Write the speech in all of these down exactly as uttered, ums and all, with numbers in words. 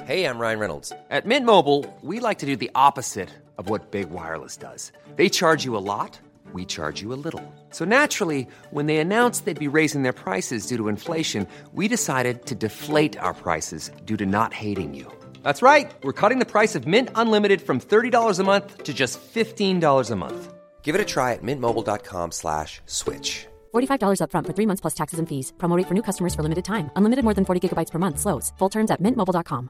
Hey, I'm Ryan Reynolds. At Mint Mobile, we like to do the opposite of what Big Wireless does. They charge you a lot, we charge you a little. So naturally, when they announced they'd be raising their prices due to inflation, we decided to deflate our prices due to not hating you. That's right. We're cutting the price of Mint Unlimited from thirty dollars a month to just fifteen dollars a month. Give it a try at mintmobile.com slash switch. forty-five dollars up front for three months plus taxes and fees. Promo rate for new customers for limited time. Unlimited more than forty gigabytes per month. Slows full terms at mint mobile dot com.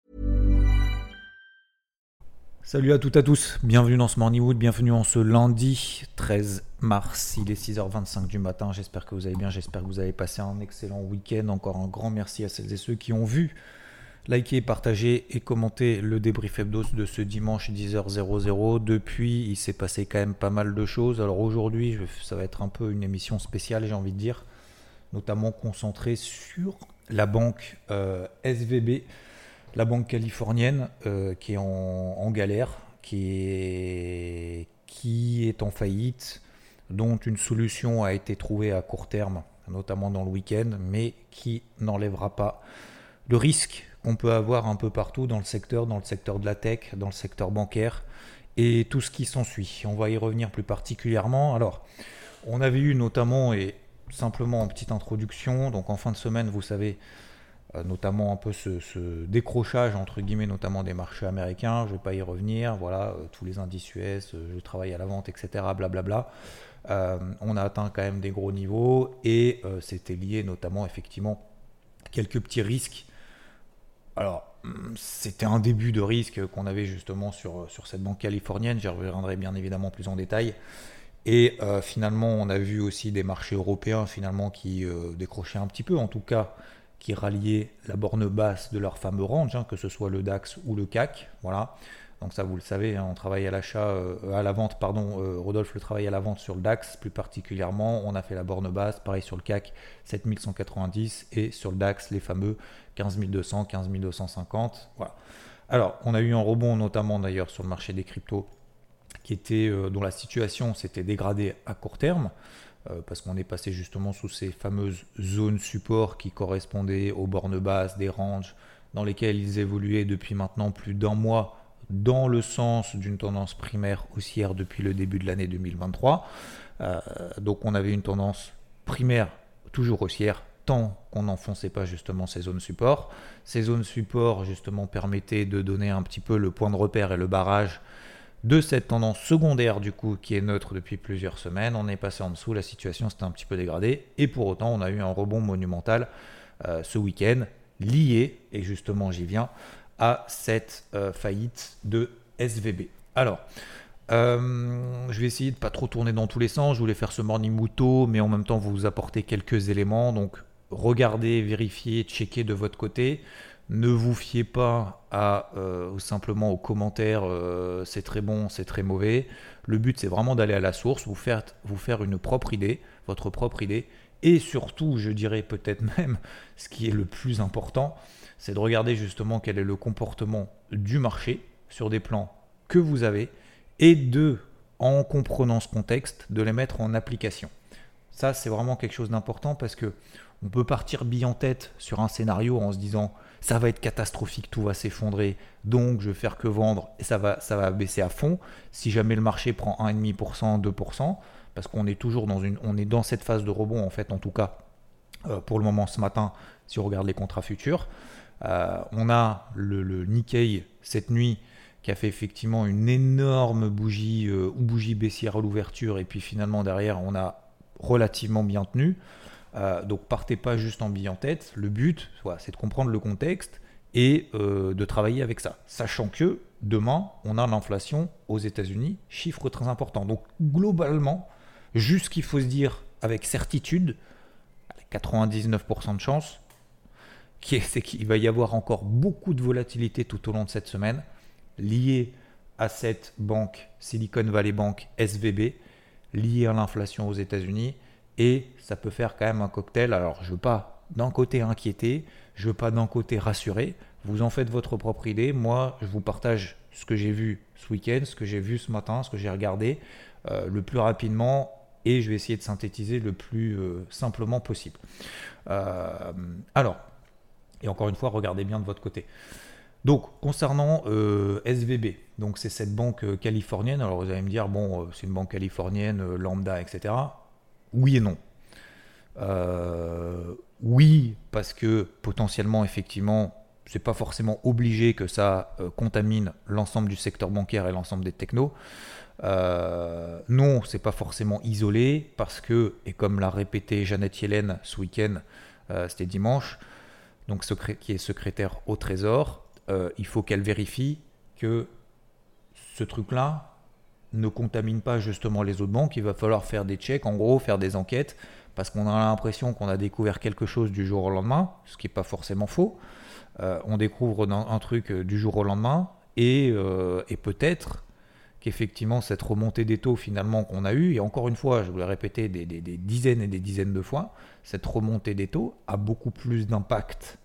Salut à toutes et à tous, bienvenue dans ce Morning Wood, bienvenue en ce lundi treize mars, il est six heures vingt-cinq du matin, j'espère que vous allez bien, j'espère que vous avez passé un excellent week-end, encore un grand merci à celles et ceux qui ont vu, liké, partagé et commenté le débrief hebdo de ce dimanche dix heures. Depuis, il s'est passé quand même pas mal de choses, alors aujourd'hui ça va être un peu une émission spéciale j'ai envie de dire, notamment concentrée sur la banque euh, S V B, la banque californienne euh, qui est en, en galère, qui est, qui est en faillite, dont une solution a été trouvée à court terme, notamment dans le week-end, mais qui n'enlèvera pas le risque qu'on peut avoir un peu partout dans le secteur, dans le secteur de la tech, dans le secteur bancaire et tout ce qui s'ensuit. On va y revenir plus particulièrement. Alors, on avait eu notamment, et simplement en petite introduction, donc en fin de semaine, vous savez, notamment un peu ce, ce décrochage entre guillemets, notamment des marchés américains, je ne vais pas y revenir, voilà, euh, tous les indices U S, euh, je travaille à la vente, et cetera, blablabla. Euh, on a atteint quand même des gros niveaux et euh, c'était lié notamment effectivement à quelques petits risques. Alors, c'était un début de risque qu'on avait justement sur, sur cette banque californienne, j'y reviendrai bien évidemment plus en détail. Et euh, finalement, on a vu aussi des marchés européens finalement qui euh, décrochaient un petit peu, en tout cas, qui ralliaient la borne basse de leur fameux range, hein, que ce soit le DAX ou le C A C. Voilà. Donc ça, vous le savez, hein, on travaille à l'achat, euh, à la vente, pardon, euh, Rodolphe le travaille à la vente sur le DAX, plus particulièrement. On a fait la borne basse, pareil sur le C A C, sept mille cent quatre-vingt-dix, et sur le DAX, les fameux quinze mille deux cents, quinze mille deux cent cinquante. Voilà. Alors, on a eu un rebond, notamment d'ailleurs sur le marché des cryptos, qui était, euh, dont la situation s'était dégradée à court terme. Euh, parce qu'on est passé justement sous ces fameuses zones support qui correspondaient aux bornes basses, des ranges, dans lesquelles ils évoluaient depuis maintenant plus d'un mois dans le sens d'une tendance primaire haussière depuis le début de l'année deux mille vingt-trois. Euh, donc on avait une tendance primaire toujours haussière tant qu'on n'enfonçait pas justement ces zones support. Ces zones support justement permettaient de donner un petit peu le point de repère et le barrage de cette tendance secondaire du coup qui est neutre depuis plusieurs semaines. On est passé en dessous, la situation s'était un petit peu dégradée et pour autant on a eu un rebond monumental euh, ce week-end lié, et justement j'y viens, à cette euh, faillite de S V B. Alors, euh, je vais essayer de pas trop tourner dans tous les sens, je voulais faire ce morning mouto mais en même temps vous apporter quelques éléments, donc regardez, vérifiez, checkez de votre côté. Ne vous fiez pas à, euh, simplement aux commentaires, euh, c'est très bon, c'est très mauvais. Le but, c'est vraiment d'aller à la source, vous faire, vous faire une propre idée, votre propre idée. Et surtout, je dirais peut-être même, ce qui est le plus important, c'est de regarder justement quel est le comportement du marché sur des plans que vous avez et de, en comprenant ce contexte, de les mettre en application. Ça, c'est vraiment quelque chose d'important parce que on peut partir bille en tête sur un scénario en se disant ça va être catastrophique, tout va s'effondrer, donc je vais faire que vendre et ça va, ça va baisser à fond. Si jamais le marché prend un virgule cinq pour cent, deux pour cent, parce qu'on est toujours dans, une, on est dans cette phase de rebond en fait, en tout cas euh, pour le moment ce matin, si on regarde les contrats futurs. Euh, on a le, le Nikkei cette nuit qui a fait effectivement une énorme bougie euh, ou bougie baissière à l'ouverture et puis finalement derrière on a relativement bien tenu. Euh, donc partez pas juste en bille en tête, le but voilà, c'est de comprendre le contexte et euh, de travailler avec ça, sachant que demain on a l'inflation aux États-Unis, chiffre très important. Donc globalement, juste ce qu'il faut se dire avec certitude, quatre-vingt-dix-neuf pour cent de chance, qui est, c'est qu'il va y avoir encore beaucoup de volatilité tout au long de cette semaine liée à cette banque Silicon Valley Bank S V B, liée à l'inflation aux États-Unis. Et ça peut faire quand même un cocktail. Alors, je ne veux pas d'un côté inquiéter, je ne veux pas d'un côté rassurer. Vous en faites votre propre idée. Moi, je vous partage ce que j'ai vu ce week-end, ce que j'ai vu ce matin, ce que j'ai regardé euh, le plus rapidement. Et je vais essayer de synthétiser le plus euh, simplement possible. Euh, alors, et encore une fois, regardez bien de votre côté. Donc, concernant euh, S V B, donc c'est cette banque euh, californienne. Alors, vous allez me dire, bon, euh, c'est une banque californienne, euh, lambda, et cetera. Oui et non. Euh, oui, parce que potentiellement, effectivement, c'est pas forcément obligé que ça euh, contamine l'ensemble du secteur bancaire et l'ensemble des technos. Euh, non, c'est pas forcément isolé parce que, et comme l'a répété Janet Yellen ce week-end, euh, c'était dimanche, donc secré- qui est secrétaire au Trésor, euh, il faut qu'elle vérifie que ce truc-là ne contamine pas justement les autres banques. Il va falloir faire des checks, en gros, faire des enquêtes, parce qu'on a l'impression qu'on a découvert quelque chose du jour au lendemain, ce qui n'est pas forcément faux. Euh, on découvre un, un truc du jour au lendemain, et, euh, et peut-être qu'effectivement cette remontée des taux finalement qu'on a eue, et encore une fois, je vous l'ai répété des, des, des dizaines et des dizaines de fois, cette remontée des taux a beaucoup plus d'impact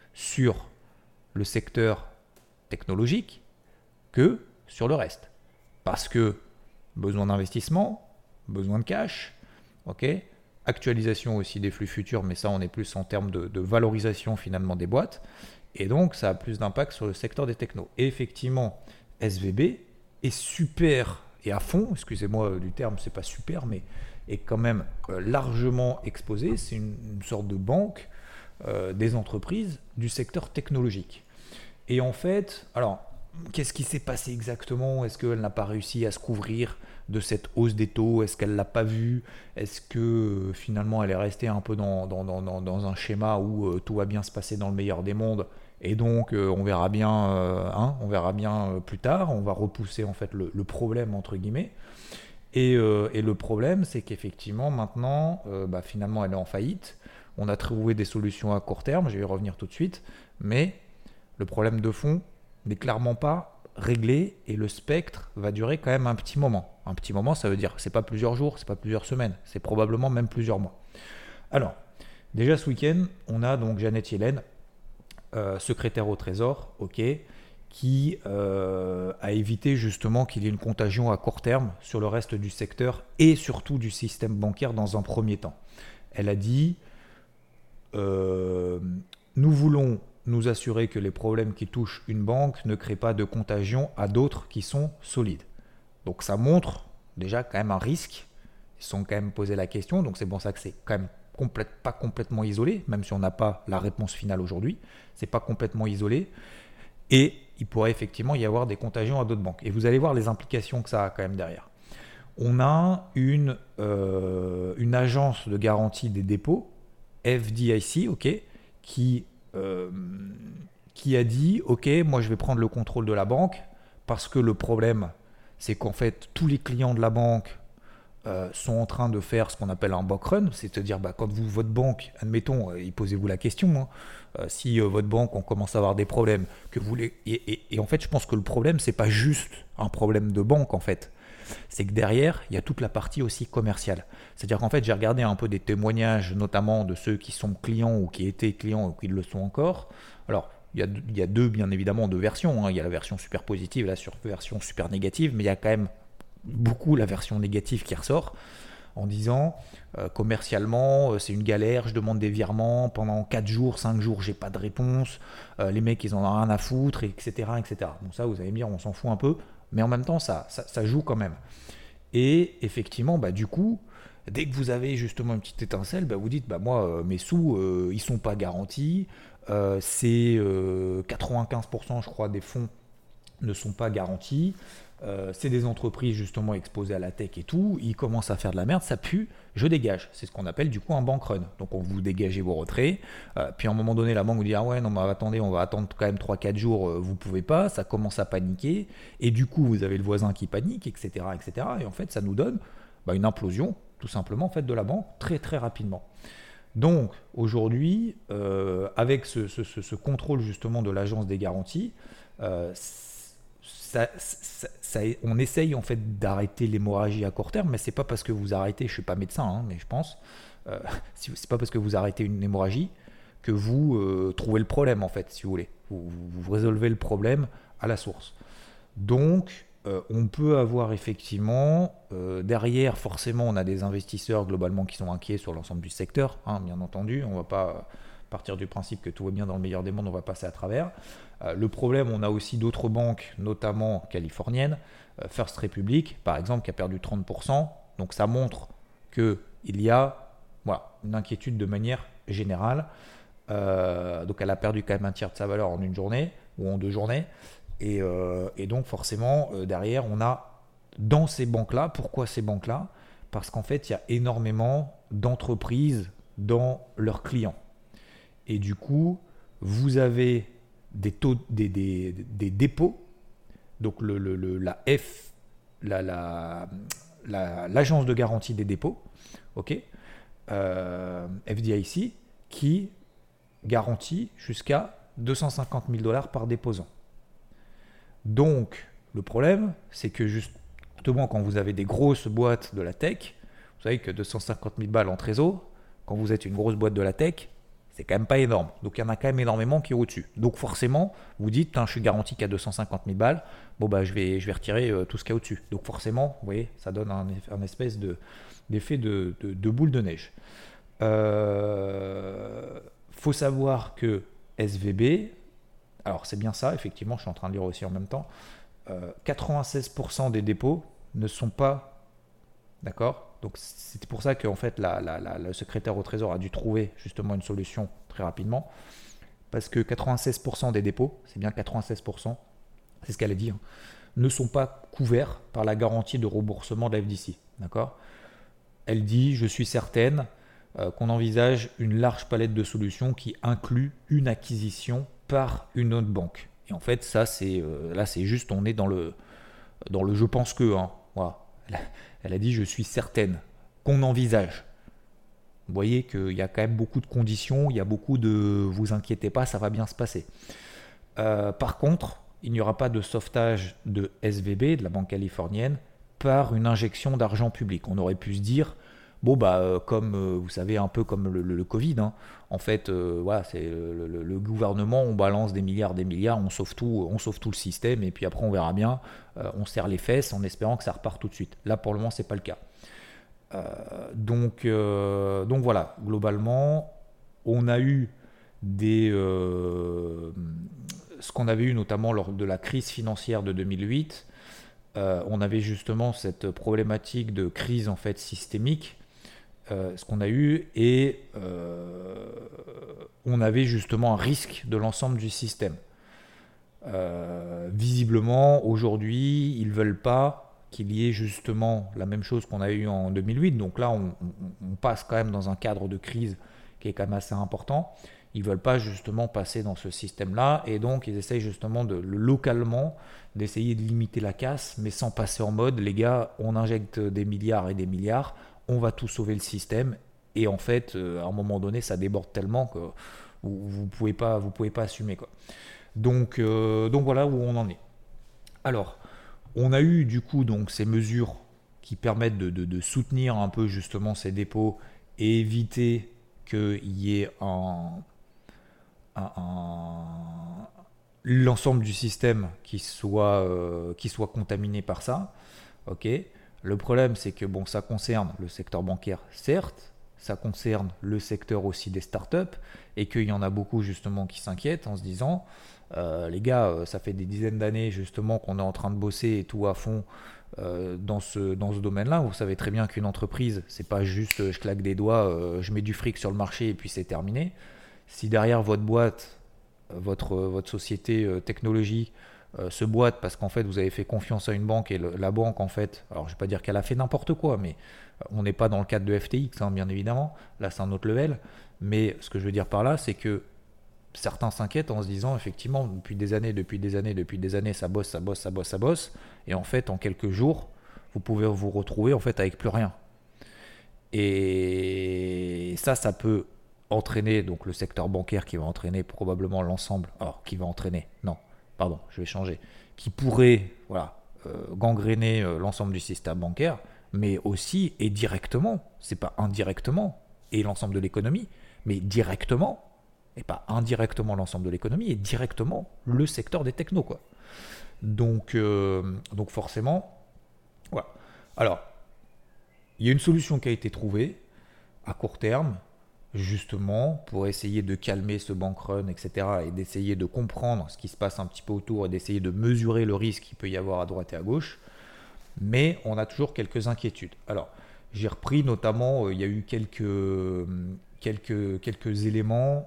sur le secteur technologique que sur le reste. Parce que besoin d'investissement, besoin de cash, ok, actualisation aussi des flux futurs, mais ça on est plus en termes de, de valorisation finalement des boîtes, et donc ça a plus d'impact sur le secteur des technos. Et effectivement, S V B est super, et à fond, excusez-moi du terme, c'est pas super, mais est quand même euh, largement exposé. C'est une, une sorte de banque euh, des entreprises du secteur technologique. Et en fait, alors, qu'est-ce qui s'est passé exactement? Est-ce qu'elle n'a pas réussi à se couvrir de cette hausse des taux? Est-ce qu'elle ne l'a pas vu? Est-ce que euh, finalement elle est restée un peu dans, dans, dans, dans un schéma où euh, tout va bien se passer dans le meilleur des mondes? Et donc euh, on verra bien, euh, hein, on verra bien euh, plus tard. On va repousser en fait le, le problème entre guillemets. Et, euh, et le problème, c'est qu'effectivement maintenant, euh, bah, finalement, elle est en faillite. On a trouvé des solutions à court terme. Je vais y revenir tout de suite, mais le problème de fond n'est clairement pas réglé et le spectre va durer quand même un petit moment. Un petit moment, ça veut dire c'est pas plusieurs jours, c'est pas plusieurs semaines, c'est probablement même plusieurs mois. Alors, déjà ce week-end, on a donc Janet Yellen, euh, secrétaire au Trésor, ok, qui euh, a évité justement qu'il y ait une contagion à court terme sur le reste du secteur et surtout du système bancaire dans un premier temps. Elle a dit euh, nous voulons nous assurer que les problèmes qui touchent une banque ne créent pas de contagion à d'autres qui sont solides. Donc ça montre déjà quand même un risque. Ils se sont quand même posé la question, donc c'est pour ça que c'est quand même complète, pas complètement isolé, même si on n'a pas la réponse finale aujourd'hui. C'est pas complètement isolé. Et il pourrait effectivement y avoir des contagions à d'autres banques. Et vous allez voir les implications que ça a quand même derrière. On a une, euh, une agence de garantie des dépôts, F D I C, okay, qui, euh, qui a dit « Ok, moi je vais prendre le contrôle de la banque parce que le problème, c'est qu'en fait, tous les clients de la banque euh, sont en train de faire ce qu'on appelle un bank run, c'est-à-dire bah, quand vous, votre banque, admettons, euh, posez-vous la question, hein, euh, si euh, votre banque, on commence à avoir des problèmes, que vous les... et, et, et en fait, je pense que le problème, c'est pas juste un problème de banque, en fait. C'est que derrière, il y a toute la partie aussi commerciale. C'est-à-dire qu'en fait, j'ai regardé un peu des témoignages, notamment de ceux qui sont clients ou qui étaient clients ou qui le sont encore. Alors, il y a, il y a deux, bien évidemment, deux versions. Hein. Il y a la version super positive et la version super négative, mais il y a quand même beaucoup la version négative qui ressort en disant euh, commercialement, euh, c'est une galère, je demande des virements pendant quatre jours, cinq jours, j'ai pas de réponse, euh, les mecs, ils en ont rien à foutre, et cetera, et cetera. Bon, ça, vous allez me dire, on s'en fout un peu, mais en même temps, ça, ça, ça joue quand même. Et effectivement, bah, du coup, dès que vous avez justement une petite étincelle, bah, vous dites, bah, moi, euh, mes sous, euh, ils sont pas garantis, euh, c'est euh, quatre-vingt-quinze pour cent, je crois, des fonds ne sont pas garantis. Euh, c'est des entreprises justement exposées à la tech et tout, ils commencent à faire de la merde, ça pue, je dégage. C'est ce qu'on appelle du coup un bank run. Donc on vous dégagez vos retraits, euh, puis à un moment donné la banque vous dit ah ouais non mais attendez on va attendre quand même trois quatre jours, euh, vous pouvez pas, ça commence à paniquer, et du coup vous avez le voisin qui panique, et cetera et cetera. Et en fait ça nous donne bah, une implosion tout simplement en fait, de la banque très très rapidement. Donc aujourd'hui, euh, avec ce, ce, ce, ce contrôle justement de l'agence des garanties, euh, Ça, ça, ça, on essaye en fait d'arrêter l'hémorragie à court terme, mais c'est pas parce que vous arrêtez, je suis pas médecin, hein, mais je pense, euh, c'est pas parce que vous arrêtez une hémorragie que vous euh, trouvez le problème en fait, si vous voulez. Vous, vous, vous résolvez le problème à la source. Donc, euh, on peut avoir effectivement euh, derrière, forcément, on a des investisseurs globalement qui sont inquiets sur l'ensemble du secteur, hein, bien entendu. On va pas partir du principe que tout va bien dans le meilleur des mondes, on va passer à travers. Euh, le problème, on a aussi d'autres banques, notamment californiennes, euh, First Republic, par exemple, qui a perdu trente pour cent. Donc ça montre qu'il y a voilà, une inquiétude de manière générale. Euh, donc elle a perdu quand même un tiers de sa valeur en une journée ou en deux journées. Et, euh, et donc forcément, euh, derrière, on a dans ces banques-là, pourquoi ces banques-là ? Parce qu'en fait, il y a énormément d'entreprises dans leurs clients. Et du coup, vous avez des taux, des, des, des dépôts. Donc le, le, le, la F, la, la, la, l'agence de garantie des dépôts, ok, euh, F D I C, qui garantit jusqu'à deux cent cinquante mille dollars par déposant. Donc, le problème, c'est que justement, quand vous avez des grosses boîtes de la tech, vous savez que deux cent cinquante mille balles en trésor, quand vous êtes une grosse boîte de la tech, c'est quand même pas énorme. Donc, il y en a quand même énormément qui est au-dessus. Donc, forcément, vous dites, je suis garanti qu'à deux cent cinquante mille balles, bon, bah, je vais, je vais retirer euh, tout ce qu'il y a au-dessus. Donc, forcément, vous voyez, ça donne un, un espèce de, d'effet de, de, de boule de neige. Il euh, faut savoir que S V B, alors c'est bien ça, effectivement, je suis en train de lire aussi en même temps, euh, quatre-vingt-seize pour cent des dépôts ne sont pas, d'accord ? Donc c'est pour ça qu'en fait la, la, la, le secrétaire au Trésor a dû trouver justement une solution très rapidement, parce que quatre-vingt-seize pour cent des dépôts, c'est bien quatre-vingt-seize pour cent, c'est ce qu'elle a dit, hein, ne sont pas couverts par la garantie de remboursement de la F D I C, d'accord ? Elle dit, je suis certaine euh, qu'on envisage une large palette de solutions qui inclut une acquisition par une autre banque. Et en fait, ça, c'est euh, là, c'est juste, on est dans le, dans le je pense que. Hein, voilà. elle, a, elle a dit, je suis certaine qu'on envisage. Vous voyez qu'il y a quand même beaucoup de conditions, il y a beaucoup de vous inquiétez pas, ça va bien se passer. Euh, par contre, il n'y aura pas de sauvetage de S V B, de la banque californienne, par une injection d'argent public. On aurait pu se dire, bon, bah, euh, comme euh, vous savez, un peu comme le, le, le Covid, hein, en fait, euh, voilà, c'est le, le, le gouvernement, on balance des milliards, des milliards, on sauve tout, on sauve tout le système, et puis après, on verra bien, euh, on serre les fesses en espérant que ça repart tout de suite. Là, pour le moment, c'est pas le cas. Euh, donc, euh, donc voilà, globalement, on a eu des, euh, ce qu'on avait eu notamment lors de la crise financière de deux mille huit. Euh, on avait justement cette problématique de crise en fait systémique, euh, ce qu'on a eu, et euh, on avait justement un risque de l'ensemble du système. Euh, visiblement, aujourd'hui, ils ne veulent pas qu'il y ait justement la même chose qu'on a eu en deux mille huit. Donc là, on, on, on passe quand même dans un cadre de crise qui est quand même assez important. Ils ne veulent pas justement passer dans ce système-là, et donc ils essayent justement de localement d'essayer de limiter la casse, mais sans passer en mode les gars, on injecte des milliards et des milliards, on va tout sauver le système, et en fait, à un moment donné, ça déborde tellement que vous ne pouvez pas, vous pouvez pas assumer, quoi. Donc, euh, donc voilà où on en est. Alors, on a eu du coup donc ces mesures qui permettent de, de, de soutenir un peu justement ces dépôts et éviter qu'il y ait un Un, un, l'ensemble du système qui soit, euh, qui soit contaminé par ça. Okay. Le problème, c'est que bon, ça concerne le secteur bancaire, certes, ça concerne le secteur aussi des startups, et qu'il y en a beaucoup justement qui s'inquiètent en se disant euh, les gars, ça fait des dizaines d'années justement qu'on est en train de bosser et tout à fond euh, dans ce, dans ce domaine-là. Vous savez très bien qu'une entreprise, c'est pas juste je claque des doigts, euh, je mets du fric sur le marché et puis c'est terminé. Si derrière votre boîte, votre, votre société euh, technologie euh, se boite parce qu'en fait vous avez fait confiance à une banque et le, la banque en fait, alors je ne vais pas dire qu'elle a fait n'importe quoi, mais euh, on n'est pas dans le cadre de F T X, hein, bien évidemment, là c'est un autre level, mais ce que je veux dire par là, c'est que certains s'inquiètent en se disant effectivement depuis des années, depuis des années, depuis des années, ça bosse, ça bosse, ça bosse, ça bosse, et en fait en quelques jours, vous pouvez vous retrouver en fait avec plus rien. Et ça, ça peut entraîner donc le secteur bancaire qui va entraîner probablement l'ensemble, alors qui va entraîner, non, pardon, je vais changer, qui pourrait voilà, euh, gangréner euh, l'ensemble du système bancaire, mais aussi et directement, c'est pas indirectement, et l'ensemble de l'économie, mais directement, et pas indirectement l'ensemble de l'économie, et directement le secteur des technos, quoi. Donc, euh, donc forcément, voilà. Alors, il y a une solution qui a été trouvée à court terme. justement, pour essayer de calmer ce bank run, et cetera, et d'essayer de comprendre ce qui se passe un petit peu autour et d'essayer de mesurer le risque qu'il peut y avoir à droite et à gauche. Mais on a toujours quelques inquiétudes. Alors, j'ai repris notamment, euh, il y a eu quelques, quelques, quelques éléments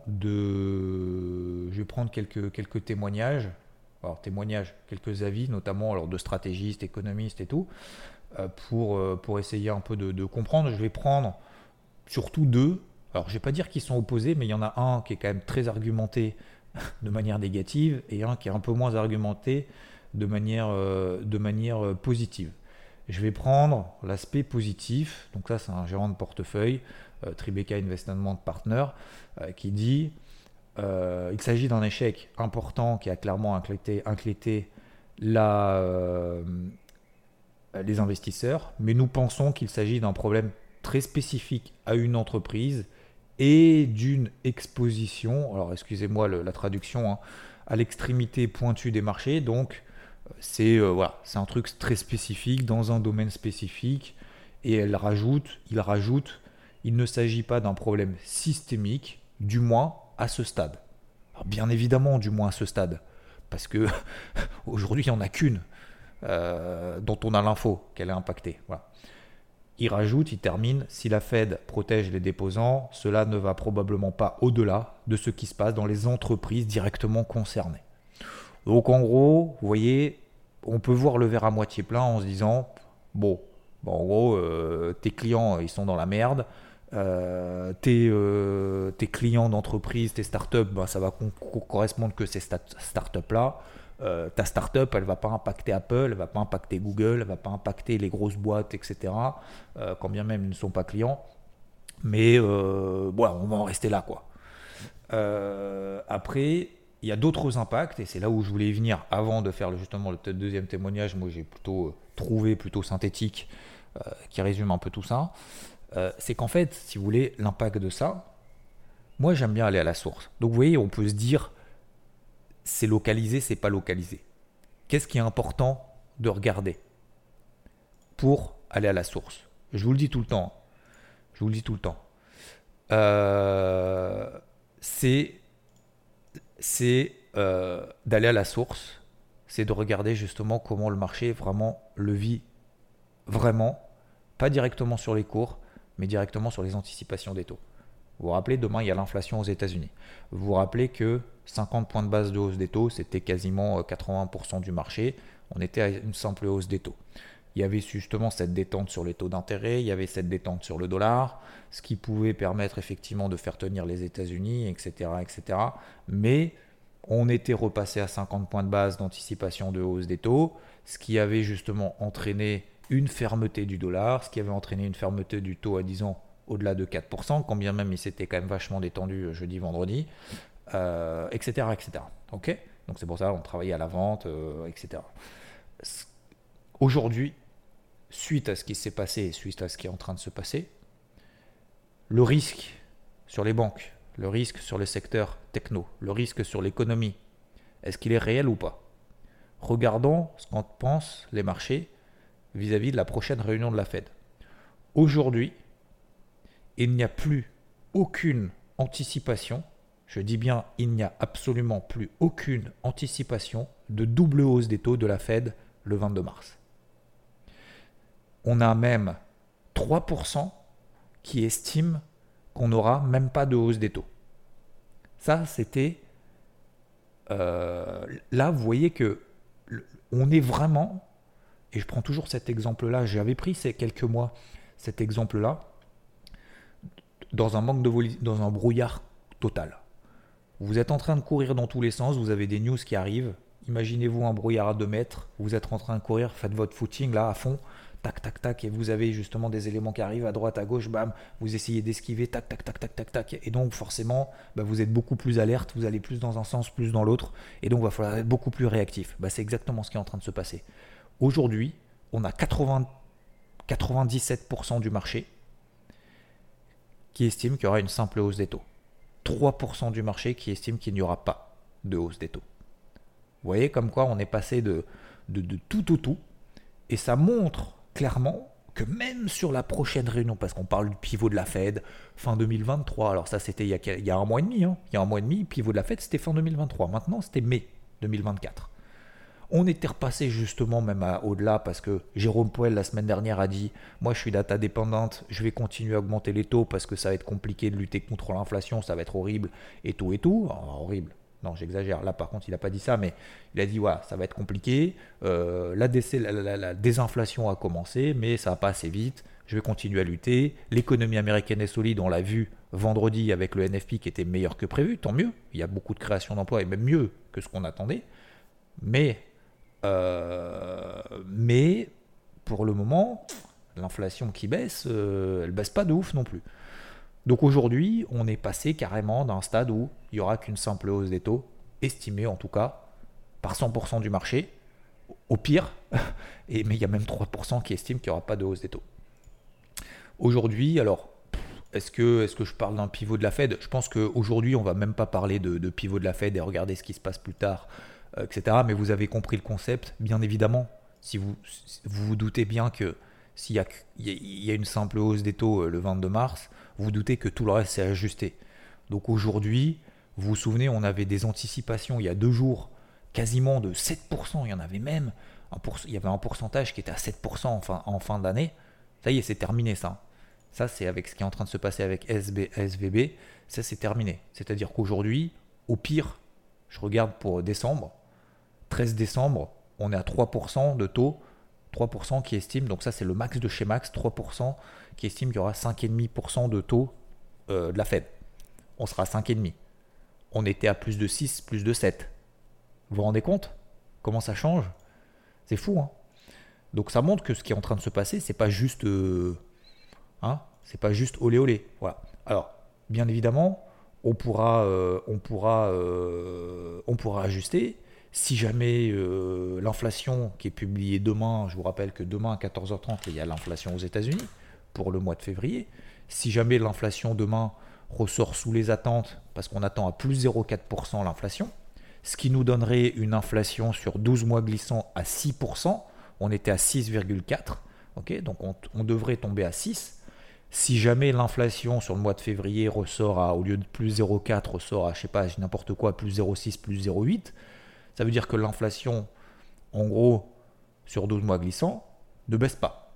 de... Je vais prendre quelques, quelques témoignages. Alors, témoignages, quelques avis, notamment alors, de stratégistes, économistes et tout, euh, pour, euh, pour essayer un peu de, de comprendre. Je vais prendre surtout deux. Alors, je ne vais pas dire qu'ils sont opposés, mais il y en a un qui est quand même très argumenté de manière négative et un qui est un peu moins argumenté de manière, euh, de manière euh, positive. Je vais prendre l'aspect positif. Donc ça, c'est un gérant de portefeuille, euh, Tribeca Investment Partner, euh, qui dit euh, il s'agit d'un échec important qui a clairement inquiété, inquiété la, euh, les investisseurs, mais nous pensons qu'il s'agit d'un problème très spécifique à une entreprise et d'une exposition, alors excusez-moi le, la traduction, hein, à l'extrémité pointue des marchés. Donc c'est euh, voilà, c'est un truc très spécifique dans un domaine spécifique. Et elle rajoute, il rajoute, il ne s'agit pas d'un problème systémique, du moins à ce stade. Alors bien évidemment, du moins à ce stade, parce que aujourd'hui il n'y en a qu'une euh, dont on a l'info qu'elle est impactée. Voilà. Il rajoute, il termine, si la Fed protège les déposants, cela ne va probablement pas au-delà de ce qui se passe dans les entreprises directement concernées. Donc en gros, vous voyez, on peut voir le verre à moitié plein en se disant, bon, bon en gros, euh, tes clients, ils sont dans la merde, euh, tes, euh, tes clients d'entreprise, tes startups, ben, ça va con- correspondre que ces stat- startups-là. Euh, ta startup, elle ne va pas impacter Apple, elle ne va pas impacter Google, elle ne va pas impacter les grosses boîtes, et cetera. Euh, quand bien même ils ne sont pas clients. Mais euh, bon, on va en rester là, quoi. Euh, après, il y a d'autres impacts, et c'est là où je voulais y venir avant de faire justement le deuxième témoignage. Moi, j'ai plutôt euh, trouvé plutôt synthétique, euh, qui résume un peu tout ça. Euh, c'est qu'en fait, si vous voulez, l'impact de ça, moi, j'aime bien aller à la source. Donc, vous voyez, on peut se dire, c'est localisé, c'est pas localisé. Qu'est-ce qui est important de regarder pour aller à la source? Je vous le dis tout le temps. Je vous le dis tout le temps. Euh, c'est c'est euh, d'aller à la source. C'est de regarder justement comment le marché vraiment le vit vraiment. Pas directement sur les cours, mais directement sur les anticipations des taux. Vous vous rappelez, demain, il y a l'inflation aux États-Unis. Vous vous rappelez que cinquante points de base de hausse des taux, c'était quasiment quatre-vingts pour cent du marché. On était à une simple hausse des taux. Il y avait justement cette détente sur les taux d'intérêt, il y avait cette détente sur le dollar, ce qui pouvait permettre effectivement de faire tenir les États-Unis, et cetera, et cetera. Mais on était repassé à cinquante points de base d'anticipation de hausse des taux, ce qui avait justement entraîné une fermeté du dollar, ce qui avait entraîné une fermeté du taux à dix ans au-delà de quatre pour cent, quand bien même il s'était quand même vachement détendu jeudi, vendredi, euh, et cetera, et cetera. Okay, donc c'est pour ça qu'on travaillait à la vente, euh, et cetera. Aujourd'hui, suite à ce qui s'est passé et suite à ce qui est en train de se passer, le risque sur les banques, le risque sur le secteur techno, le risque sur l'économie, est-ce qu'il est réel ou pas? Regardons ce qu'en pensent les marchés vis-à-vis de la prochaine réunion de la Fed. Aujourd'hui, il n'y a plus aucune anticipation, je dis bien il n'y a absolument plus aucune anticipation de double hausse des taux de la Fed le vingt-deux mars. On a même trois pour cent qui estiment qu'on n'aura même pas de hausse des taux. Ça, c'était... Euh, là, vous voyez que on est vraiment... Et je prends toujours cet exemple-là. J'avais pris ces quelques mois cet exemple-là dans un manque de vol- dans un brouillard total. Vous êtes en train de courir dans tous les sens. Vous avez des news qui arrivent. Imaginez-vous un brouillard à deux mètres. Vous êtes en train de courir. Faites votre footing là à fond. Tac, tac, tac. Et vous avez justement des éléments qui arrivent à droite, à gauche. Bam. Vous essayez d'esquiver. Tac, tac, tac, tac, tac, tac. Et donc forcément, bah, vous êtes beaucoup plus alerte. Vous allez plus dans un sens, plus dans l'autre. Et donc il va falloir être beaucoup plus réactif. Bah, c'est exactement ce qui est en train de se passer. Aujourd'hui, on a quatre-vingts, quatre-vingt-dix-sept pour cent du marché qui estime qu'il y aura une simple hausse des taux. trois pour cent du marché qui estime qu'il n'y aura pas de hausse des taux. Vous voyez comme quoi on est passé de, de, de tout au tout. Et ça montre clairement que même sur la prochaine réunion, parce qu'on parle du pivot de la Fed, fin deux mille vingt-trois, alors ça c'était il y a, il y a un mois et demi, hein. il y a un mois et demi, le pivot de la Fed c'était fin deux mille vingt-trois, maintenant c'était mai deux mille vingt-quatre. On était repassé justement même à, au-delà parce que Jérôme Powell la semaine dernière a dit « Moi je suis data dépendante, je vais continuer à augmenter les taux parce que ça va être compliqué de lutter contre l'inflation, ça va être horrible et tout et tout. » Alors, horrible, non j'exagère, là par contre il n'a pas dit ça, mais il a dit « Ouais, ça va être compliqué, euh, la, décé- la, la, la désinflation a commencé mais ça va pas assez vite, je vais continuer à lutter. L'économie américaine est solide, on l'a vu vendredi avec le N F P qui était meilleur que prévu, tant mieux, il y a beaucoup de création d'emplois et même mieux que ce qu'on attendait, mais... Euh, mais pour le moment, l'inflation qui baisse, euh, elle baisse pas de ouf non plus. Donc aujourd'hui, on est passé carrément d'un stade où il n'y aura qu'une simple hausse des taux, estimée en tout cas par cent pour cent du marché, au pire, et, mais il y a même trois pour cent qui estiment qu'il n'y aura pas de hausse des taux. Aujourd'hui, alors, est-ce que, est-ce que je parle d'un pivot de la Fed ? Je pense qu'aujourd'hui, on ne va même pas parler de, de pivot de la Fed et regarder ce qui se passe plus tard, et cetera. Mais vous avez compris le concept, bien évidemment. Si vous vous, vous doutez bien que s'il y a, il y a une simple hausse des taux le vingt-deux mars, vous, vous doutez que tout le reste s'est ajusté. Donc aujourd'hui, vous vous souvenez, on avait des anticipations il y a deux jours, quasiment de sept pour cent. Il y en avait même, un pour, il y avait un pourcentage qui était à sept pour cent en fin, en fin d'année. Ça y est, c'est terminé ça. Ça, c'est avec ce qui est en train de se passer avec S V B. Ça, c'est terminé. C'est-à-dire qu'aujourd'hui, au pire, je regarde pour décembre, treize décembre, on est à trois pour cent de taux, trois pour cent qui estiment, donc ça c'est le max de chez Max, trois pour cent qui estiment qu'il y aura cinq virgule cinq pour cent de taux euh, de la Fed. On sera à cinq virgule cinq. On était à plus de six, plus de sept. Vous vous rendez compte comment ça change ? C'est fou, hein ? Donc ça montre que ce qui est en train de se passer, c'est pas juste, euh, hein, c'est pas juste olé olé. Voilà. Alors, bien évidemment, on pourra, euh, on pourra, euh, on pourra ajuster. Si jamais euh, l'inflation qui est publiée demain, je vous rappelle que demain à quatorze heures trente, il y a l'inflation aux États-Unis pour le mois de février. Si jamais l'inflation demain ressort sous les attentes, parce qu'on attend à plus zéro virgule quatre pour cent l'inflation, ce qui nous donnerait une inflation sur douze mois glissant à six pour cent, on était à six virgule quatre, okay, donc on, on devrait tomber à six. Si jamais l'inflation sur le mois de février ressort à, au lieu de plus zéro virgule quatre, ressort à, je sais pas, n'importe quoi, plus zéro virgule six, plus zéro virgule huit, ça veut dire que l'inflation, en gros, sur douze mois glissants, ne baisse pas.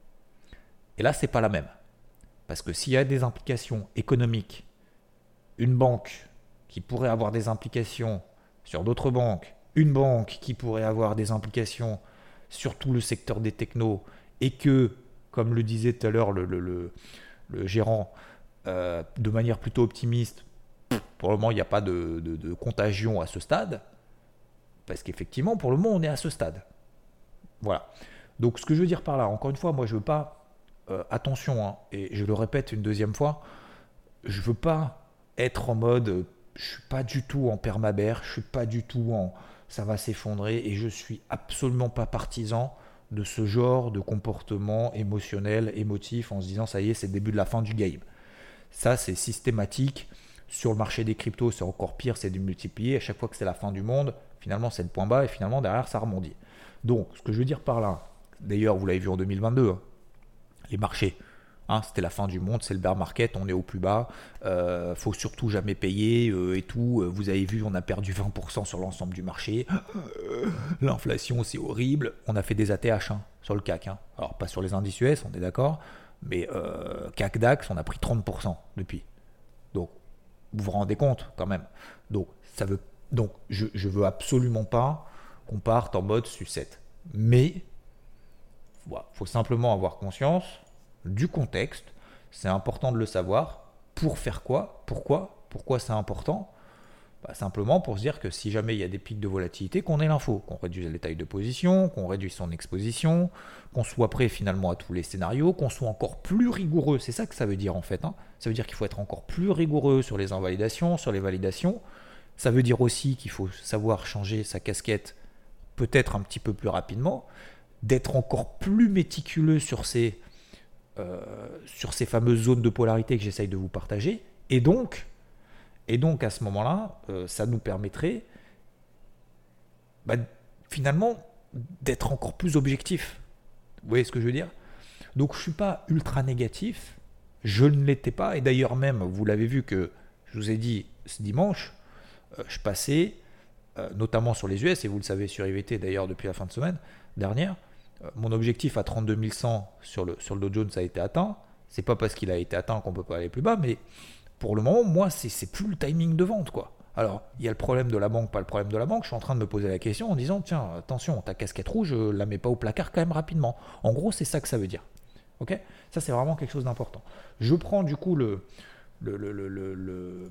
Et là, ce n'est pas la même. Parce que s'il y a des implications économiques, une banque qui pourrait avoir des implications sur d'autres banques, une banque qui pourrait avoir des implications sur tout le secteur des technos, et que, comme le disait tout à l'heure le, le, le, le gérant, euh, de manière plutôt optimiste, pour le moment, il n'y a pas de, de, de contagion à ce stade, parce qu'effectivement, pour le moment, on est à ce stade. Voilà. Donc, ce que je veux dire par là, encore une fois, moi, je ne veux pas... Euh, attention, hein, et je le répète une deuxième fois, je ne veux pas être en mode... Euh, je ne suis pas du tout en permabère, je ne suis pas du tout en... ça va s'effondrer, et je ne suis absolument pas partisan de ce genre de comportement émotionnel, émotif, en se disant, ça y est, c'est le début de la fin du game. Ça, c'est systématique. Sur le marché des cryptos, c'est encore pire, c'est démultiplié. À chaque fois que c'est la fin du monde, finalement, c'est le point bas et finalement, derrière, ça rebondit. Donc, ce que je veux dire par là, d'ailleurs, vous l'avez vu en deux mille vingt-deux, hein, les marchés, hein, c'était la fin du monde, c'est le bear market, on est au plus bas, euh, faut surtout jamais payer euh, et tout. Vous avez vu, on a perdu vingt pour cent sur l'ensemble du marché. L'inflation, c'est horrible. On a fait des A T H hein, sur le C A C. Hein. Alors, pas sur les indices U S, on est d'accord, mais euh, C A C DAX, on a pris trente pour cent depuis. Donc, vous vous rendez compte quand même. Donc, ça veut, donc je ne veux absolument pas qu'on parte en mode sucette. Mais, il voilà, faut simplement avoir conscience du contexte. C'est important de le savoir. Pour faire quoi ? Pourquoi ? Pourquoi c'est important ? Bah, simplement pour se dire que si jamais il y a des pics de volatilité, qu'on ait l'info, qu'on réduise les tailles de position, qu'on réduise son exposition, qu'on soit prêt finalement à tous les scénarios, qu'on soit encore plus rigoureux. C'est ça que ça veut dire en fait. Hein. Ça veut dire qu'il faut être encore plus rigoureux sur les invalidations, sur les validations. Ça veut dire aussi qu'il faut savoir changer sa casquette peut-être un petit peu plus rapidement, d'être encore plus méticuleux sur ces, euh, sur ces fameuses zones de polarité que j'essaye de vous partager. Et donc... Et donc, à ce moment-là, euh, ça nous permettrait bah, finalement d'être encore plus objectif. Vous voyez ce que je veux dire ? Donc je ne suis pas ultra négatif, je ne l'étais pas, et d'ailleurs même, vous l'avez vu que je vous ai dit ce dimanche, euh, je passais, euh, notamment sur les U S, et vous le savez sur I V T d'ailleurs depuis la fin de semaine dernière, euh, mon objectif à trente-deux mille cent sur le, sur le Dow Jones a été atteint. C'est pas parce qu'il a été atteint qu'on peut pas aller plus bas, mais pour le moment, moi, c'est, c'est plus le timing de vente, quoi. Alors, il y a le problème de la banque, pas le problème de la banque. Je suis en train de me poser la question en disant, tiens, attention, ta casquette rouge, je la mets pas au placard quand même rapidement. En gros, c'est ça que ça veut dire. Ok ? Ça, c'est vraiment quelque chose d'important. Je prends du coup le, le, le, le, le, le,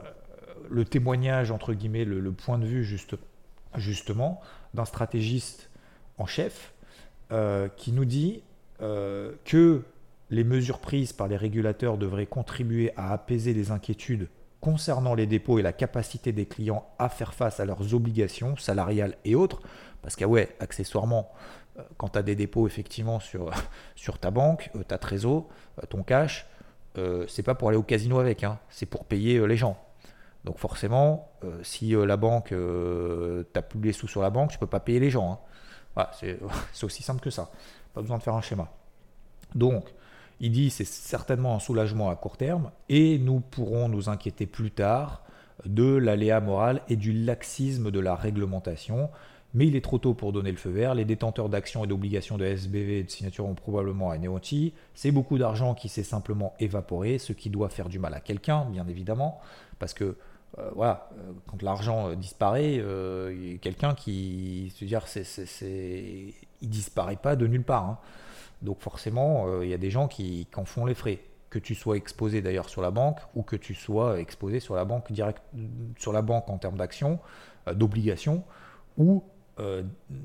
le témoignage, entre guillemets, le, le point de vue juste, justement, d'un stratégiste en chef euh, qui nous dit euh, que les mesures prises par les régulateurs devraient contribuer à apaiser les inquiétudes concernant les dépôts et la capacité des clients à faire face à leurs obligations salariales et autres. Parce que ouais, accessoirement, quand tu as des dépôts effectivement sur, sur ta banque, ta trésor, ton cash, euh, c'est pas pour aller au casino avec, hein, c'est pour payer les gens. Donc forcément, euh, si la banque, euh, tu n'as plus les sous sur la banque, tu ne peux pas payer les gens. Hein. Voilà, c'est, c'est aussi simple que ça. Pas besoin de faire un schéma. Donc, il dit c'est certainement un soulagement à court terme et nous pourrons nous inquiéter plus tard de l'aléa moral et du laxisme de la réglementation. Mais il est trop tôt pour donner le feu vert. Les détenteurs d'actions et d'obligations de S B V et de signature ont probablement anéanti. C'est beaucoup d'argent qui s'est simplement évaporé, ce qui doit faire du mal à quelqu'un, bien évidemment, parce que euh, voilà, quand l'argent disparaît, euh, il y a quelqu'un qui, se dire, c'est, c'est, c'est, il disparaît pas de nulle part. Hein. Donc forcément, euh, il y a des gens qui, qui en font les frais. Que tu sois exposé d'ailleurs sur la banque ou que tu sois exposé sur la banque, direct, sur la banque en termes d'actions, euh, d'obligations, ou euh,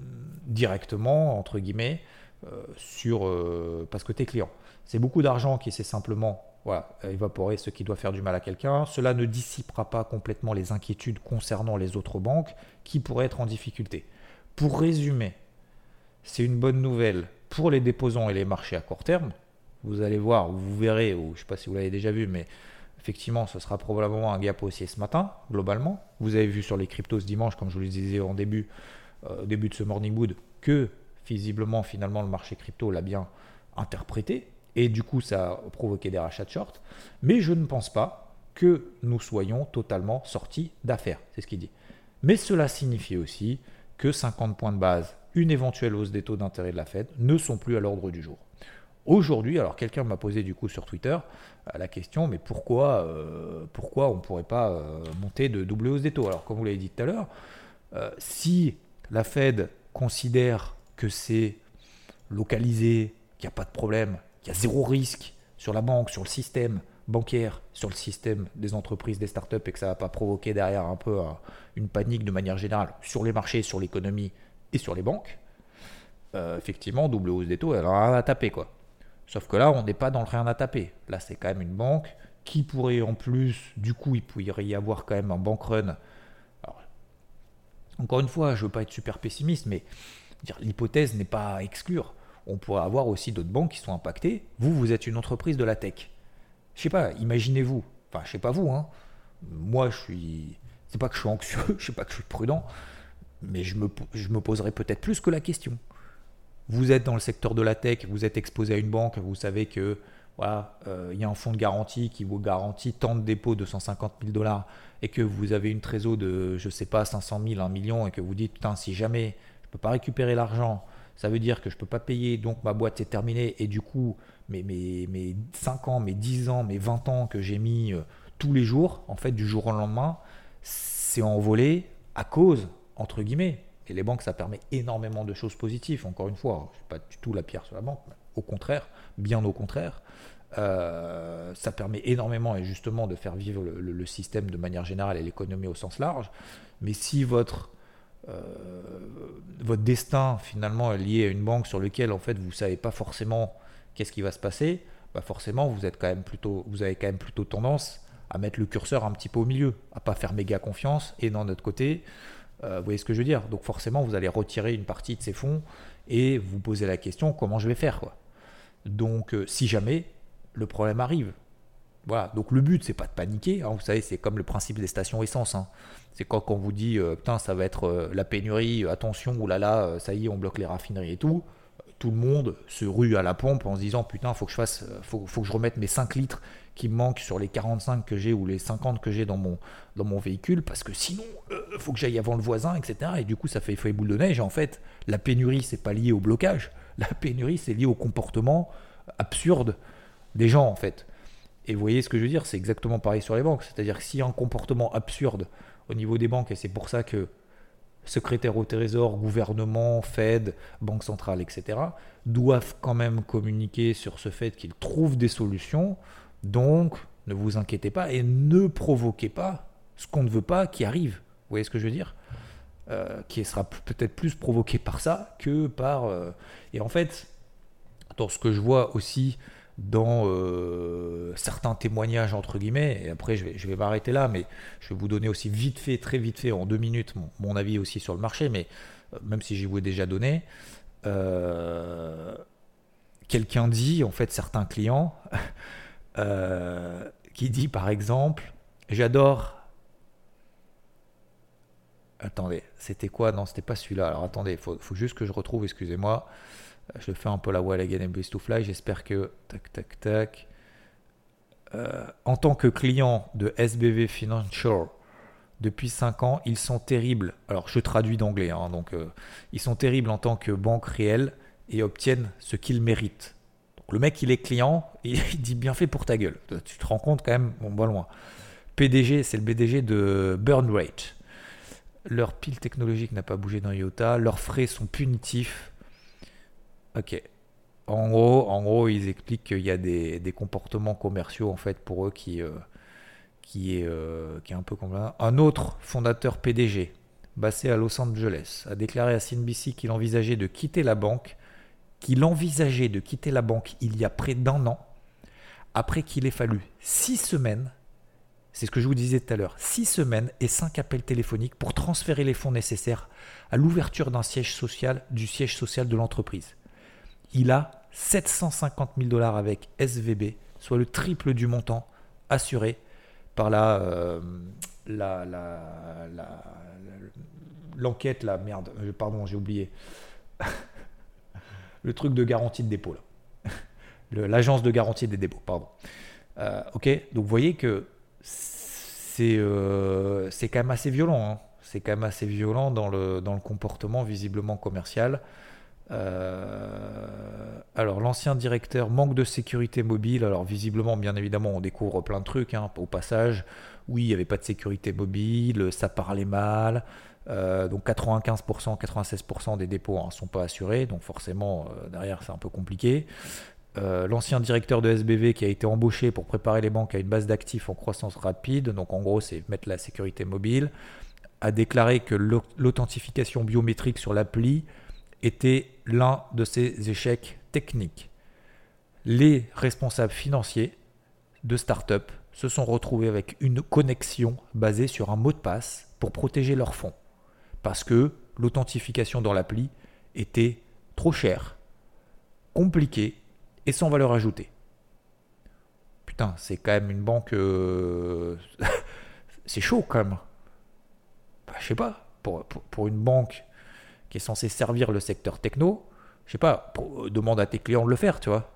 directement, entre guillemets, euh, sur, euh, parce que tu es client. C'est beaucoup d'argent qui s'est simplement voilà, évaporé, ce qui doit faire du mal à quelqu'un. Cela ne dissipera pas complètement les inquiétudes concernant les autres banques qui pourraient être en difficulté. Pour résumer, c'est une bonne nouvelle pour les déposants et les marchés à court terme. Vous allez voir, vous verrez, ou je ne sais pas si vous l'avez déjà vu, mais effectivement, ce sera probablement un gap haussier ce matin, globalement. Vous avez vu sur les cryptos ce dimanche, comme je vous le disais en début, euh, début de ce Morning Wood, que visiblement, finalement, le marché crypto l'a bien interprété. Et du coup, ça a provoqué des rachats de short. Mais je ne pense pas que nous soyons totalement sortis d'affaires. C'est ce qu'il dit. Mais cela signifie aussi que cinquante points de base, une éventuelle hausse des taux d'intérêt de la Fed, ne sont plus à l'ordre du jour. Aujourd'hui, alors quelqu'un m'a posé du coup sur Twitter euh, la question, mais pourquoi, euh, pourquoi on ne pourrait pas euh, monter de double hausse des taux ? Alors comme vous l'avez dit tout à l'heure, euh, si la Fed considère que c'est localisé, qu'il n'y a pas de problème, qu'il y a zéro risque sur la banque, sur le système bancaire, sur le système des entreprises, des startups, et que ça ne va pas provoquer derrière un peu euh, une panique de manière générale sur les marchés, sur l'économie et sur les banques, euh, effectivement, double hausse des taux, elle a rien à taper, quoi. Sauf que là, on n'est pas dans le rien à taper. Là, c'est quand même une banque qui pourrait en plus, du coup, il pourrait y avoir quand même un bank run. Alors, encore une fois, je ne veux pas être super pessimiste, mais dire, l'hypothèse n'est pas à exclure. On pourrait avoir aussi d'autres banques qui sont impactées. Vous, vous êtes une entreprise de la tech. Je sais pas, imaginez-vous. Enfin, je sais pas vous, hein. Moi, je suis. C'est pas que je suis anxieux, je sais pas que je suis prudent, mais je me, je me poserai peut-être plus que la question. Vous êtes dans le secteur de la tech, vous êtes exposé à une banque, vous savez que voilà, euh, y a un fonds de garantie qui vous garantit tant de dépôts de cent cinquante mille dollars et que vous avez une trésor de, je sais pas, cinq cent mille, un million et que vous dites, putain, si jamais je peux pas récupérer l'argent, ça veut dire que je peux pas payer, donc ma boîte c'est terminé et du coup, mes, mes, mes cinq ans, mes dix ans, mes vingt ans que j'ai mis euh, tous les jours, en fait, du jour au lendemain, c'est envolé à cause, entre guillemets. Et les banques, ça permet énormément de choses positives. Encore une fois, je ne suis pas du tout la pierre sur la banque. Mais au contraire, bien au contraire. Euh, ça permet énormément et justement de faire vivre le, le, le système de manière générale et l'économie au sens large. Mais si votre, euh, votre destin finalement est lié à une banque sur laquelle en fait, vous ne savez pas forcément qu'est-ce qui va se passer, bah forcément vous, êtes quand même plutôt, vous avez quand même plutôt tendance à mettre le curseur un petit peu au milieu, à ne pas faire méga confiance. Et d'un autre côté, Euh, vous voyez ce que je veux dire ? Donc forcément, vous allez retirer une partie de ces fonds et vous poser la question, comment je vais faire, quoi. Donc euh, si jamais le problème arrive. Voilà. Donc le but, c'est pas de paniquer. Hein. Vous savez, c'est comme le principe des stations essence. Hein. C'est quand, quand on vous dit, euh, putain, ça va être euh, la pénurie, attention, oulala, ça y est, on bloque les raffineries et tout. tout le monde se rue à la pompe en se disant putain, faut que je fasse, faut, faut que je remette mes cinq litres qui me manquent sur les quarante-cinq que j'ai ou les cinquante que j'ai dans mon, dans mon véhicule, parce que sinon, euh, faut que j'aille avant le voisin, et cetera. Et du coup, ça fait effet boule de neige. Et en fait, la pénurie, c'est pas lié au blocage. La pénurie, c'est lié au comportement absurde des gens, en fait. Et vous voyez ce que je veux dire, c'est exactement pareil sur les banques. C'est-à-dire que s'il y a un comportement absurde au niveau des banques, et c'est pour ça que secrétaire au Trésor, gouvernement, Fed, Banque centrale, et cetera, doivent quand même communiquer sur ce fait qu'ils trouvent des solutions. Donc, ne vous inquiétez pas et ne provoquez pas ce qu'on ne veut pas qui arrive. Vous voyez ce que je veux dire ? euh, Qui sera peut-être plus provoqué par ça que par... Euh... Et en fait, dans ce que je vois aussi dans euh, certains témoignages, entre guillemets, et après je vais, je vais m'arrêter là, mais je vais vous donner aussi vite fait, très vite fait, en deux minutes, mon, mon avis aussi sur le marché, mais euh, même si j'y vous ai déjà donné, euh, quelqu'un dit, en fait, certains clients, euh, qui dit par exemple, j'adore... Attendez, c'était quoi ? Non, c'était pas celui-là. Alors attendez, il faut, faut juste que je retrouve, excusez-moi. Je fais un peu la wall again and base to fly. J'espère que... Tac, tac, tac. Euh, en tant que client de S B V Financial, depuis cinq ans, ils sont terribles. Alors, je traduis d'anglais. Hein, donc, euh, ils sont terribles en tant que banque réelle et obtiennent ce qu'ils méritent. Donc, le mec, il est client, il, il dit bien fait pour ta gueule. Tu te rends compte quand même, on va loin. P D G, c'est le B D G de Burn Rate. Leur pile technologique n'a pas bougé d'un iota. Leurs frais sont punitifs. Ok. En gros, en gros, ils expliquent qu'il y a des, des comportements commerciaux en fait pour eux qui, euh, qui, est, euh, qui est un peu comme ça. Un autre fondateur P D G, basé à Los Angeles, a déclaré à C N B C qu'il envisageait de quitter la banque, qu'il envisageait de quitter la banque il y a près d'un an, après qu'il ait fallu six semaines. C'est ce que je vous disais tout à l'heure, six semaines et cinq appels téléphoniques pour transférer les fonds nécessaires à l'ouverture d'un siège social, du siège social de l'entreprise. Il a sept cent cinquante mille dollars avec S V B, soit le triple du montant assuré par la, euh, la, la, la, l'enquête, la merde, pardon, j'ai oublié, le truc de garantie de dépôt, là. Le, l'agence de garantie des dépôts, pardon. Euh, ok, donc vous voyez que c'est, euh, c'est quand même assez violent, hein. C'est quand même assez violent dans le, dans le comportement visiblement commercial. Euh, alors l'ancien directeur manque de sécurité mobile. Alors visiblement, bien évidemment, on découvre plein de trucs hein, au passage. Oui, il n'y avait pas de sécurité mobile, ça parlait mal. Euh, donc quatre-vingt-quinze pour cent, quatre-vingt-seize pour cent des dépôts ne hein, sont pas assurés. Donc forcément, euh, derrière, c'est un peu compliqué. Euh, l'ancien directeur de S B V qui a été embauché pour préparer les banques à une base d'actifs en croissance rapide, donc en gros c'est mettre la sécurité mobile, a déclaré que l'authentification biométrique sur l'appli était l'un de ses échecs techniques. Les responsables financiers de start-up se sont retrouvés avec une connexion basée sur un mot de passe pour protéger leurs fonds, parce que l'authentification dans l'appli était trop chère, compliquée, et sans valeur ajoutée. Putain, c'est quand même une banque... Euh... c'est chaud quand même. Bah, je sais pas, pour, pour, pour une banque qui est censée servir le secteur techno, je sais pas, pour, demande à tes clients de le faire, tu vois.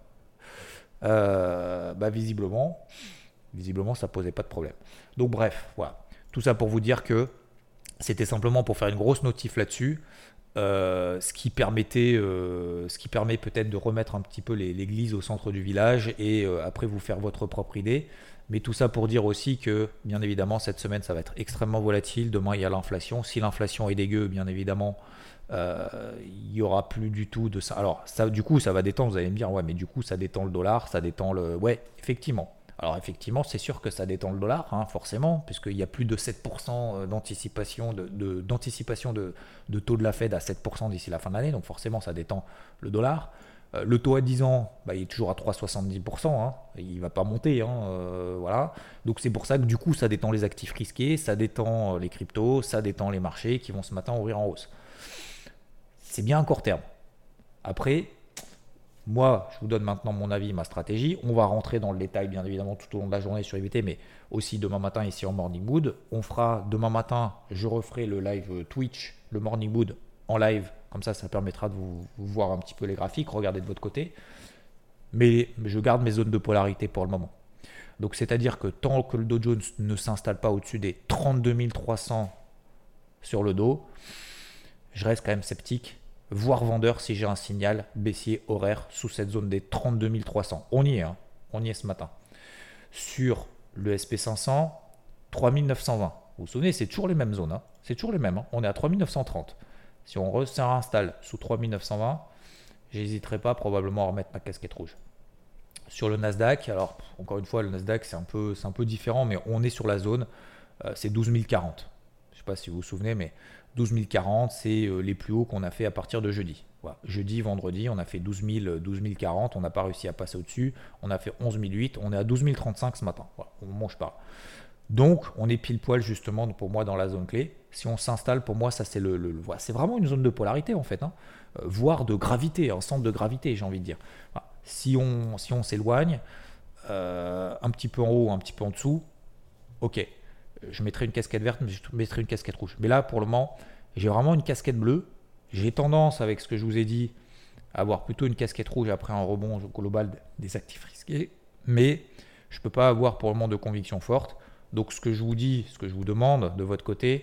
Euh, bah visiblement, visiblement, ça posait pas de problème. Donc bref, voilà. Tout ça pour vous dire que c'était simplement pour faire une grosse notif là-dessus. Euh, ce qui permettait, euh, ce qui permet peut-être de remettre un petit peu les, l'église au centre du village et euh, après vous faire votre propre idée. Mais tout ça pour dire aussi que, bien évidemment, cette semaine, ça va être extrêmement volatile. Demain, il y a l'inflation. Si l'inflation est dégueu, bien évidemment, euh, il n'y aura plus du tout de ça. Alors, ça, du coup, ça va détendre. Vous allez me dire, ouais, mais du coup, ça détend le dollar, ça détend le... Ouais, effectivement. Alors, effectivement, c'est sûr que ça détend le dollar, hein, forcément, puisqu'il y a plus de sept pour cent d'anticipation, de, de, d'anticipation de, de taux de la Fed à sept pour cent d'ici la fin de l'année. Donc, forcément, ça détend le dollar. Euh, le taux à dix ans, bah, il est toujours à trois virgule soixante-dix pour cent. Hein, il ne va pas monter. Hein, euh, voilà. Donc, c'est pour ça que du coup, ça détend les actifs risqués, ça détend les cryptos, ça détend les marchés qui vont ce matin ouvrir en hausse. C'est bien à court terme. Après... Moi, je vous donne maintenant mon avis, ma stratégie. On va rentrer dans le détail, bien évidemment, tout au long de la journée sur I V T, mais aussi demain matin ici en Morning Mood. On fera demain matin, je referai le live Twitch, le Morning Mood en live Comme ça, ça permettra de vous, vous voir un petit peu les graphiques, regarder de votre côté. Mais je garde mes zones de polarité pour le moment. Donc, c'est-à-dire que tant que le Dow Jones ne s'installe pas au-dessus des trente-deux mille trois cents sur le dos, je reste quand même sceptique, voire vendeur si j'ai un signal baissier horaire sous cette zone des trente-deux mille trois cents. On y est, hein, on y est ce matin. Sur le S and P cinq cents, trois mille neuf cent vingt. Vous vous souvenez, c'est toujours les mêmes zones. Hein. C'est toujours les mêmes. Hein. On est à trois mille neuf cent trente. Si on se réinstalle sous trois mille neuf cent vingt, j'hésiterai pas probablement à remettre ma casquette rouge. Sur le Nasdaq, alors encore une fois, le Nasdaq c'est un peu, c'est un peu différent, mais on est sur la zone, euh, c'est douze mille quarante. Je ne sais pas si vous vous souvenez, mais douze mille quarante, c'est euh, les plus hauts qu'on a fait à partir de jeudi. Voilà. Jeudi, vendredi, on a fait douze mille, douze mille quarante, on n'a pas réussi à passer au-dessus, on a fait onze mille huit, on est à douze mille trente-cinq ce matin, voilà, au moment où je parle. Donc, on est pile poil justement pour moi dans la zone clé. Si on s'installe, pour moi, ça c'est le, le, le voilà, c'est vraiment une zone de polarité en fait, hein, euh, voire de gravité, un centre de gravité, j'ai envie de dire. Voilà. Si on, si on s'éloigne, euh, un petit peu en haut, un petit peu en dessous, ok, je mettrai une casquette verte, mais je mettrai une casquette rouge. Mais là, pour le moment, j'ai vraiment une casquette bleue. J'ai tendance, avec ce que je vous ai dit, à avoir plutôt une casquette rouge après un rebond global des actifs risqués. Mais je ne peux pas avoir pour le moment de conviction forte. Donc, ce que je vous dis, ce que je vous demande de votre côté,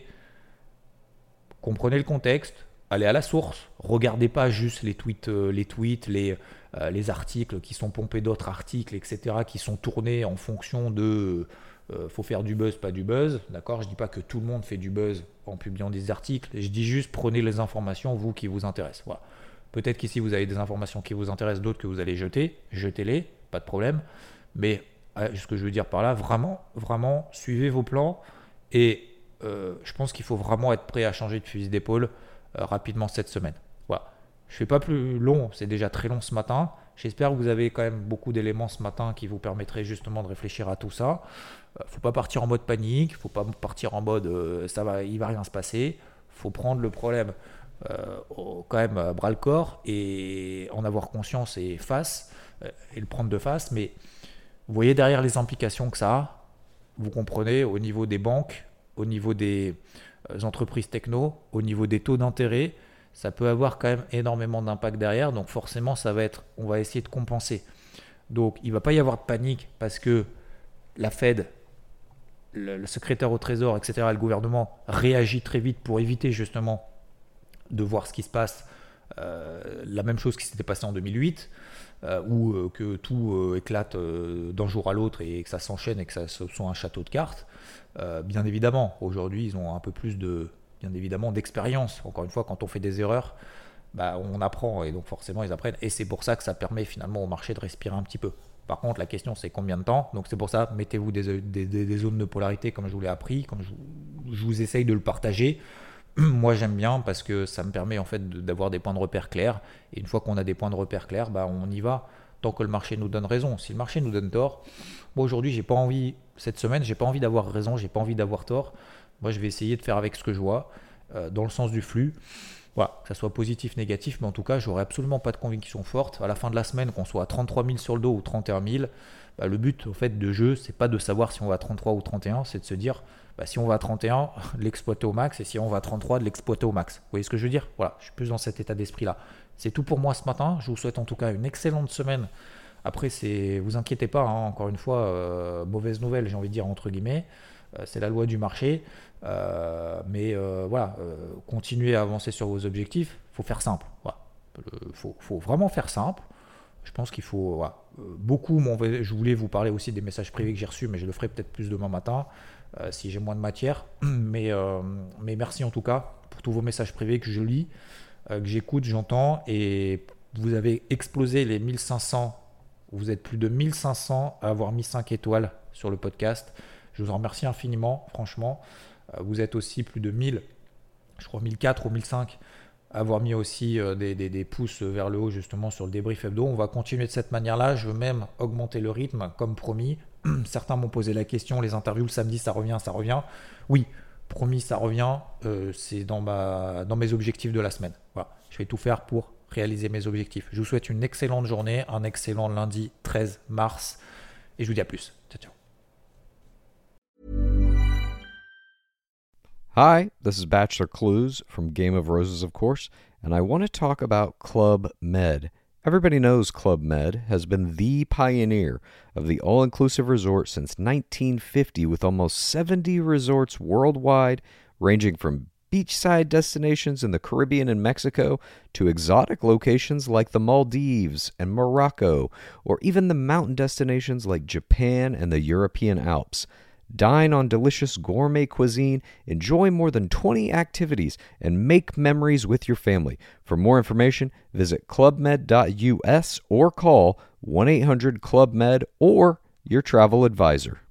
comprenez le contexte, allez à la source, regardez pas juste les tweets, euh, les, tweets les, euh, les articles qui sont pompés d'autres articles, et cetera, qui sont tournés en fonction de euh, faut faire du buzz, pas du buzz. D'accord ? Je ne dis pas que tout le monde fait du buzz en publiant des articles. Je dis juste prenez les informations, vous, qui vous intéressent. Voilà. Peut-être qu'ici, vous avez des informations qui vous intéressent, d'autres que vous allez jeter. Jetez-les, pas de problème. Mais ce que je veux dire par là, vraiment, vraiment, suivez vos plans et euh, je pense qu'il faut vraiment être prêt à changer de fusil d'épaule euh, rapidement cette semaine. Voilà. Je ne fais pas plus long, c'est déjà très long ce matin. J'espère que vous avez quand même beaucoup d'éléments ce matin qui vous permettraient justement de réfléchir à tout ça. Il euh, ne faut pas partir en mode panique, il ne faut pas partir en mode euh, ça va, il ne va rien se passer. Il faut prendre le problème euh, au, quand même à bras le corps et en avoir conscience et face euh, et le prendre de face. Mais vous voyez derrière les implications que ça a, vous comprenez au niveau des banques, au niveau des entreprises techno, au niveau des taux d'intérêt, ça peut avoir quand même énormément d'impact derrière. Donc forcément, ça va être, on va essayer de compenser. Donc il ne va pas y avoir de panique parce que la Fed, le, le secrétaire au Trésor, et cetera, le gouvernement réagit très vite pour éviter justement de voir ce qui se passe. Euh, la même chose qui s'était passé en deux mille huit. Euh, ou euh, que tout euh, éclate euh, d'un jour à l'autre et que ça s'enchaîne et que ça soit un château de cartes. Euh, bien évidemment, aujourd'hui, ils ont un peu plus de, bien évidemment, d'expérience. Encore une fois, quand on fait des erreurs, bah, on apprend et donc forcément, ils apprennent. Et c'est pour ça que ça permet finalement au marché de respirer un petit peu. Par contre, la question, c'est combien de temps ? Donc c'est pour ça, mettez-vous des, des, des, des zones de polarité comme je vous l'ai appris, comme je, je vous essaye de le partager. Moi j'aime bien parce que ça me permet en fait d'avoir des points de repère clairs et une fois qu'on a des points de repère clairs, bah, on y va tant que le marché nous donne raison. Si le marché nous donne tort, moi aujourd'hui j'ai pas envie, cette semaine j'ai pas envie d'avoir raison, j'ai pas envie d'avoir tort. Moi je vais essayer de faire avec ce que je vois euh, dans le sens du flux. Voilà, que ça soit positif, négatif, mais en tout cas j'aurai absolument pas de conviction forte. À la fin de la semaine, qu'on soit à trente-trois mille sur le dos ou trente et un mille, bah, le but au fait de jeu, c'est pas de savoir si on va à trente-trois ou trente et un, c'est de se dire bah, si on va à trente et un, de l'exploiter au max, et si on va à trente-trois, de l'exploiter au max. Vous voyez ce que je veux dire ? Voilà, je suis plus dans cet état d'esprit-là. C'est tout pour moi ce matin. Je vous souhaite en tout cas une excellente semaine. Après, c'est, vous inquiétez pas, hein, encore une fois, euh, mauvaise nouvelle, j'ai envie de dire entre guillemets. Euh, c'est la loi du marché. Euh, mais euh, voilà, euh, continuez à avancer sur vos objectifs. Il faut faire simple. Voilà. Il faut, faut vraiment faire simple. Je pense qu'il faut voilà, beaucoup. Je voulais vous parler aussi des messages privés que j'ai reçus, mais je le ferai peut-être plus demain matin euh, si j'ai moins de matière. Mais, euh, mais merci en tout cas pour tous vos messages privés que je lis, euh, que j'écoute, j'entends. Et vous avez explosé les mille cinq cents. Vous êtes plus de mille cinq cents à avoir mis cinq étoiles sur le podcast. Je vous en remercie infiniment, franchement. Euh, vous êtes aussi plus de mille, je crois mille quatre ou mille cinq. Avoir mis aussi euh, des, des, des pouces vers le haut justement sur le débrief hebdo. On va continuer de cette manière-là. Je veux même augmenter le rythme comme promis. Certains m'ont posé la question, les interviews le samedi, ça revient, ça revient. Oui, promis, ça revient. Euh, c'est dans, ma, dans mes objectifs de la semaine. Voilà. Je vais tout faire pour réaliser mes objectifs. Je vous souhaite une excellente journée, un excellent lundi treize mars et je vous dis à plus. Ciao, ciao. Hi, this is Bachelor Clues from Game of Roses, of course, and I want to talk about Club Med. Everybody knows Club Med has been the pioneer of the all-inclusive resort since nineteen fifty, with almost seventy resorts worldwide, ranging from beachside destinations in the Caribbean and Mexico to exotic locations like the Maldives and Morocco, or even the mountain destinations like Japan and the European Alps. Dine on delicious gourmet cuisine, enjoy more than twenty activities, and make memories with your family. For more information, visit club med dot U S or call one eight hundred club med or your travel advisor.